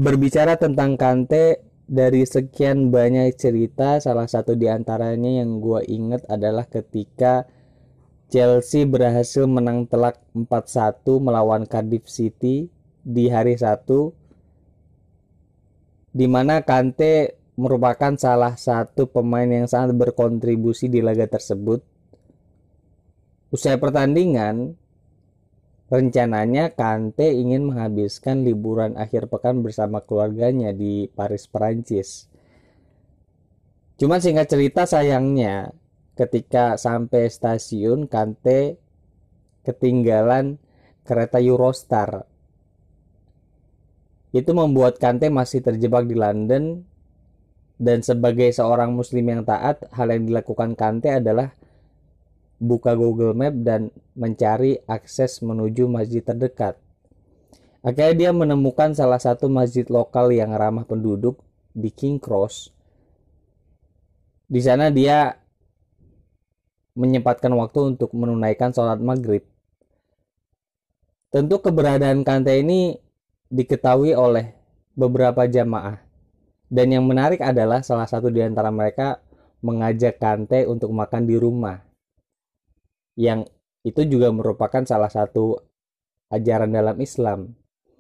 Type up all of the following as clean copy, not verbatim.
Berbicara tentang Kante, dari sekian banyak cerita, salah satu di antaranya yang gue inget adalah ketika Chelsea berhasil menang telak 4-1 melawan Cardiff City di hari 1, di mana Kante merupakan salah satu pemain yang sangat berkontribusi di laga tersebut. Usai pertandingan, rencananya Kante ingin menghabiskan liburan akhir pekan bersama keluarganya di Paris, Perancis. Cuma singkat cerita, sayangnya ketika sampai stasiun Kante ketinggalan kereta Eurostar. Itu membuat Kante masih terjebak di London, dan sebagai seorang muslim yang taat, hal yang dilakukan Kante adalah buka Google Map dan mencari akses menuju masjid terdekat. Akhirnya dia menemukan salah satu masjid lokal yang ramah penduduk di King Cross. Di sana dia menyempatkan waktu untuk menunaikan sholat maghrib. Tentu keberadaan Kante ini diketahui oleh beberapa jamaah. Dan yang menarik adalah salah satu di antara mereka mengajak Kante untuk makan di rumah. Yang itu juga merupakan salah satu ajaran dalam Islam.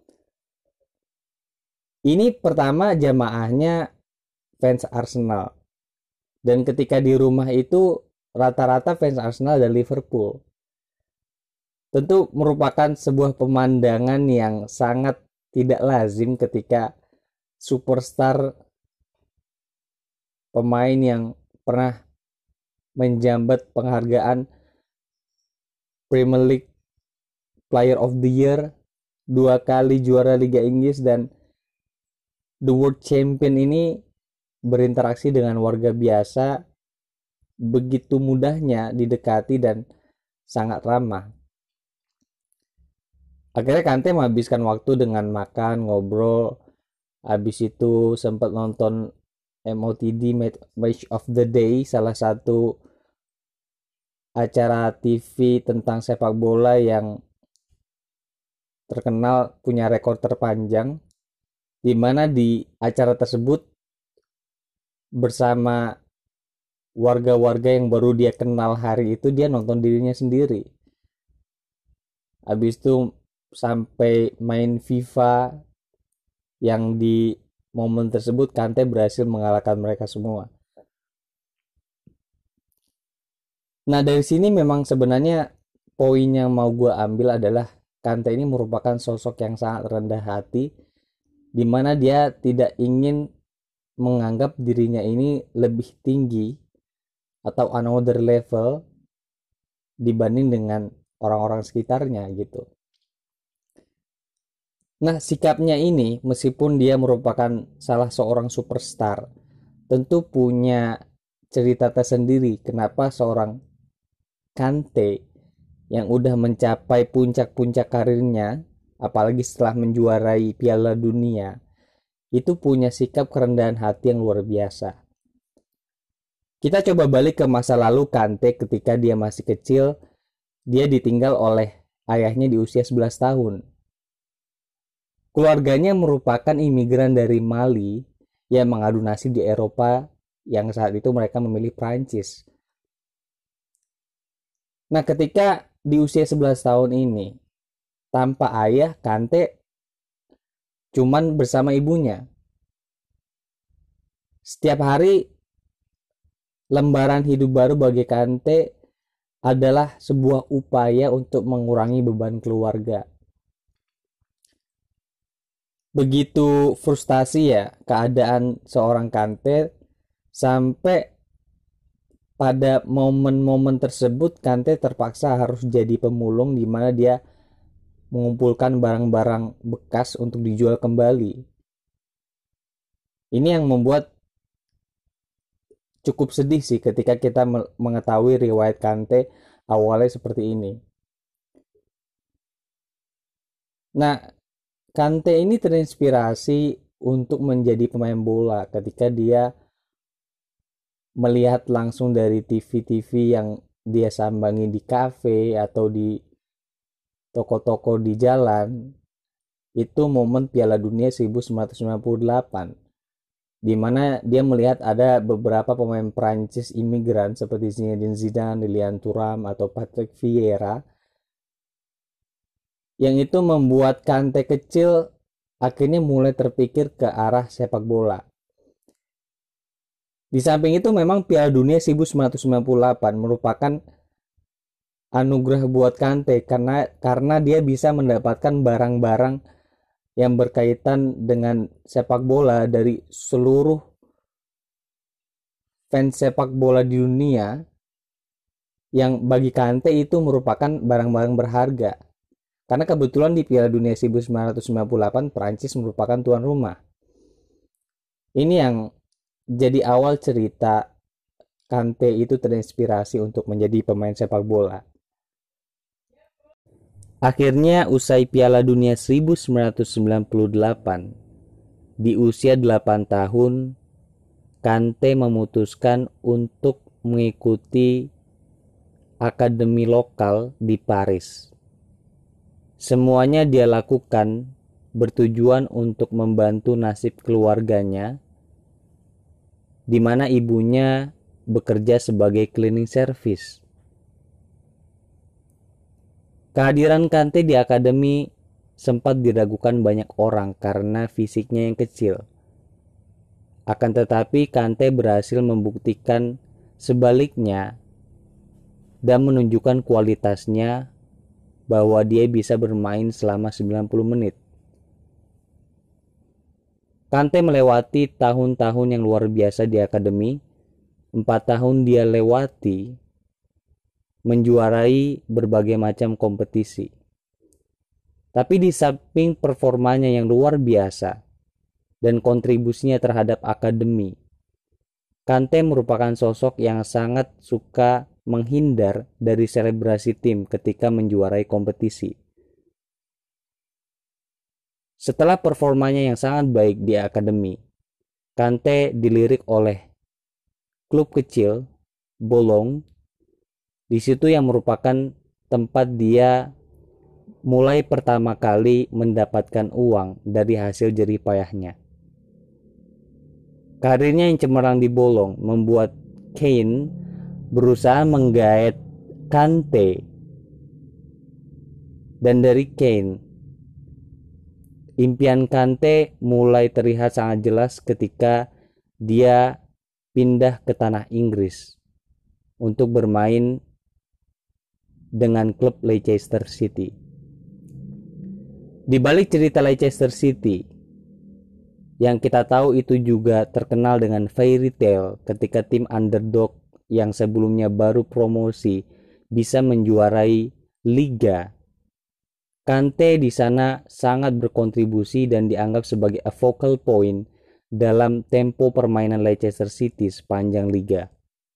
Ini pertama jamaahnya fans Arsenal. Dan ketika di rumah itu rata-rata fans Arsenal dan Liverpool. Tentu merupakan sebuah pemandangan yang sangat tidak lazim ketika superstar pemain yang pernah menjabat penghargaan Premier League Player of the Year, 2 kali juara Liga Inggris, dan The World Champion ini berinteraksi dengan warga biasa begitu mudahnya didekati dan sangat ramah. Akhirnya Kante menghabiskan waktu dengan makan, ngobrol, habis itu sempat nonton MOTD Match of the Day, salah satu acara TV tentang sepak bola yang terkenal punya rekor terpanjang, di mana di acara tersebut bersama warga-warga yang baru dia kenal hari itu, dia nonton dirinya sendiri. Habis itu sampai main FIFA, yang di momen tersebut Kante berhasil mengalahkan mereka semua. Nah, dari sini memang sebenarnya poin yang mau gue ambil adalah Kante ini merupakan sosok yang sangat rendah hati, di mana dia tidak ingin menganggap dirinya ini lebih tinggi atau another level dibanding dengan orang-orang sekitarnya gitu. Nah, sikapnya ini meskipun dia merupakan salah seorang superstar, tentu punya cerita tersendiri kenapa seorang Kante yang udah mencapai puncak-puncak karirnya, apalagi setelah menjuarai Piala Dunia, itu punya sikap kerendahan hati yang luar biasa. Kita coba balik ke masa lalu Kante ketika dia masih kecil. Dia ditinggal oleh ayahnya di usia 11 tahun. Keluarganya merupakan imigran dari Mali yang mengadu nasib di Eropa, yang saat itu mereka memilih Prancis. Nah, ketika di usia 11 tahun ini, tanpa ayah, Kante cuman bersama ibunya. Setiap hari, lembaran hidup baru bagi Kante adalah sebuah upaya untuk mengurangi beban keluarga. Begitu frustasi ya keadaan seorang Kante, sampai pada momen-momen tersebut Kante terpaksa harus jadi pemulung, di mana dia mengumpulkan barang-barang bekas untuk dijual kembali. Ini yang membuat cukup sedih sih ketika kita mengetahui riwayat Kante awalnya seperti ini. Nah, Kante ini terinspirasi untuk menjadi pemain bola ketika dia melihat langsung dari TV-TV yang dia sambangi di kafe atau di toko-toko di jalan. itu momen Piala Dunia 1998, di mana dia melihat ada beberapa pemain Prancis imigran seperti Zinedine Zidane, Lilian Thuram, atau Patrick Vieira, yang itu membuat Kante kecil akhirnya mulai terpikir ke arah sepak bola. Di samping itu memang Piala Dunia 1998 merupakan anugerah buat Kante karena dia bisa mendapatkan barang-barang yang berkaitan dengan sepak bola dari seluruh fans sepak bola di dunia, yang bagi Kante itu merupakan barang-barang berharga. Karena kebetulan di Piala Dunia 1998 Prancis merupakan tuan rumah. Ini yang jadi awal cerita Kante itu terinspirasi untuk menjadi pemain sepak bola. Akhirnya usai Piala Dunia 1998, di usia 8 tahun, Kante memutuskan untuk mengikuti akademi lokal di Paris. Semuanya dia lakukan bertujuan untuk membantu nasib keluarganya, di mana ibunya bekerja sebagai cleaning service. Kehadiran Kante di akademi sempat diragukan banyak orang karena fisiknya yang kecil. Akan tetapi Kante berhasil membuktikan sebaliknya dan menunjukkan kualitasnya bahwa dia bisa bermain selama 90 menit. Kante melewati tahun-tahun yang luar biasa di akademi. 4 tahun dia lewati menjuarai berbagai macam kompetisi. Tapi di samping performanya yang luar biasa dan kontribusinya terhadap akademi, Kante merupakan sosok yang sangat suka menghindar dari selebrasi tim ketika menjuarai kompetisi. Setelah performanya yang sangat baik di akademi, Kante dilirik oleh klub kecil Boulogne. Di situ yang merupakan tempat dia mulai pertama kali mendapatkan uang dari hasil jerih payahnya. Karirnya yang cemerlang di Boulogne membuat Kane berusaha menggait Kante, dan dari Kane impian Kante mulai terlihat sangat jelas ketika dia pindah ke tanah Inggris untuk bermain dengan klub Leicester City. Di balik cerita Leicester City, yang kita tahu itu juga terkenal dengan fairy tale ketika tim underdog yang sebelumnya baru promosi bisa menjuarai liga. Kante di sana sangat berkontribusi dan dianggap sebagai a focal point dalam tempo permainan Leicester City sepanjang liga.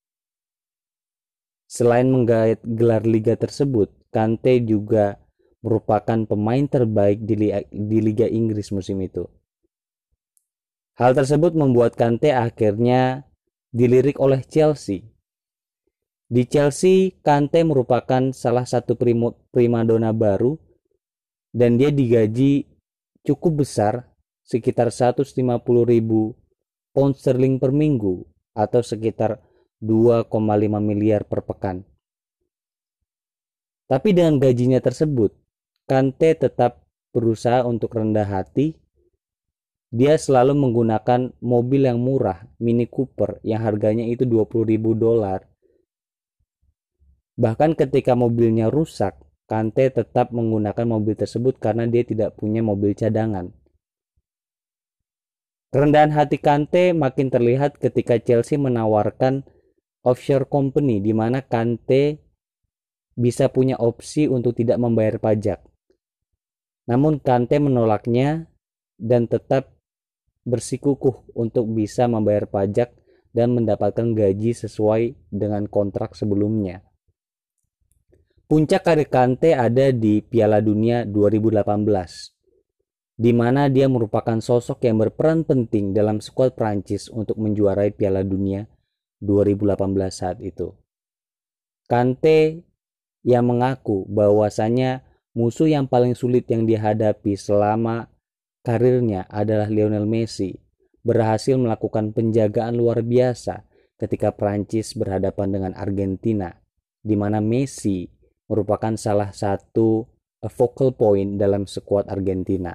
Selain menggait gelar liga tersebut, Kante juga merupakan pemain terbaik di Liga Inggris musim itu. Hal tersebut membuat Kante akhirnya dilirik oleh Chelsea. Di Chelsea, Kante merupakan salah satu primadona baru dan dia digaji cukup besar, sekitar 150.000 pound sterling per minggu atau sekitar 2,5 miliar per pekan. Tapi dengan gajinya tersebut, Kante tetap berusaha untuk rendah hati. Dia selalu menggunakan mobil yang murah, Mini Cooper, yang harganya itu $20.000. Bahkan ketika mobilnya rusak, Kante tetap menggunakan mobil tersebut karena dia tidak punya mobil cadangan. Kerendahan hati Kante makin terlihat ketika Chelsea menawarkan offshore company, di mana Kante bisa punya opsi untuk tidak membayar pajak. Namun Kante menolaknya dan tetap bersikukuh untuk bisa membayar pajak dan mendapatkan gaji sesuai dengan kontrak sebelumnya. Puncak karir Kante ada di Piala Dunia 2018, di mana dia merupakan sosok yang berperan penting dalam skuad Prancis untuk menjuarai Piala Dunia 2018 saat itu. Kante yang mengaku bahwasanya musuh yang paling sulit yang dihadapi selama karirnya adalah Lionel Messi, berhasil melakukan penjagaan luar biasa ketika Prancis berhadapan dengan Argentina, di mana Messi merupakan salah satu focal point dalam skuad Argentina.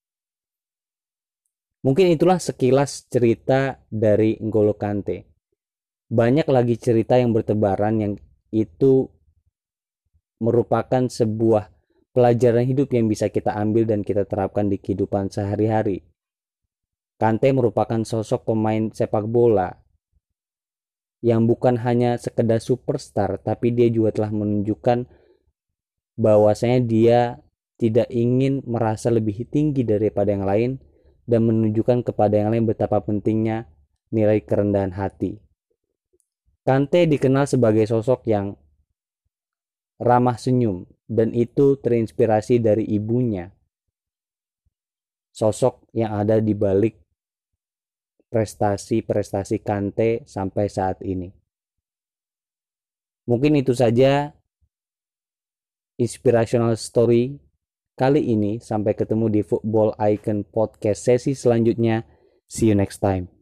Mungkin itulah sekilas cerita dari N'Golo Kante. Banyak lagi cerita yang bertebaran yang itu merupakan sebuah pelajaran hidup yang bisa kita ambil dan kita terapkan di kehidupan sehari-hari. Kante merupakan sosok pemain sepak bola yang bukan hanya sekedar superstar, tapi dia juga telah menunjukkan bahwasanya dia tidak ingin merasa lebih tinggi daripada yang lain dan menunjukkan kepada yang lain betapa pentingnya nilai kerendahan hati. Kante dikenal sebagai sosok yang ramah senyum, dan itu terinspirasi dari ibunya, sosok yang ada di balik prestasi-prestasi Kante sampai saat ini. Mungkin itu saja inspirational story kali ini. Sampai ketemu di Football Icon Podcast sesi selanjutnya. See you next time.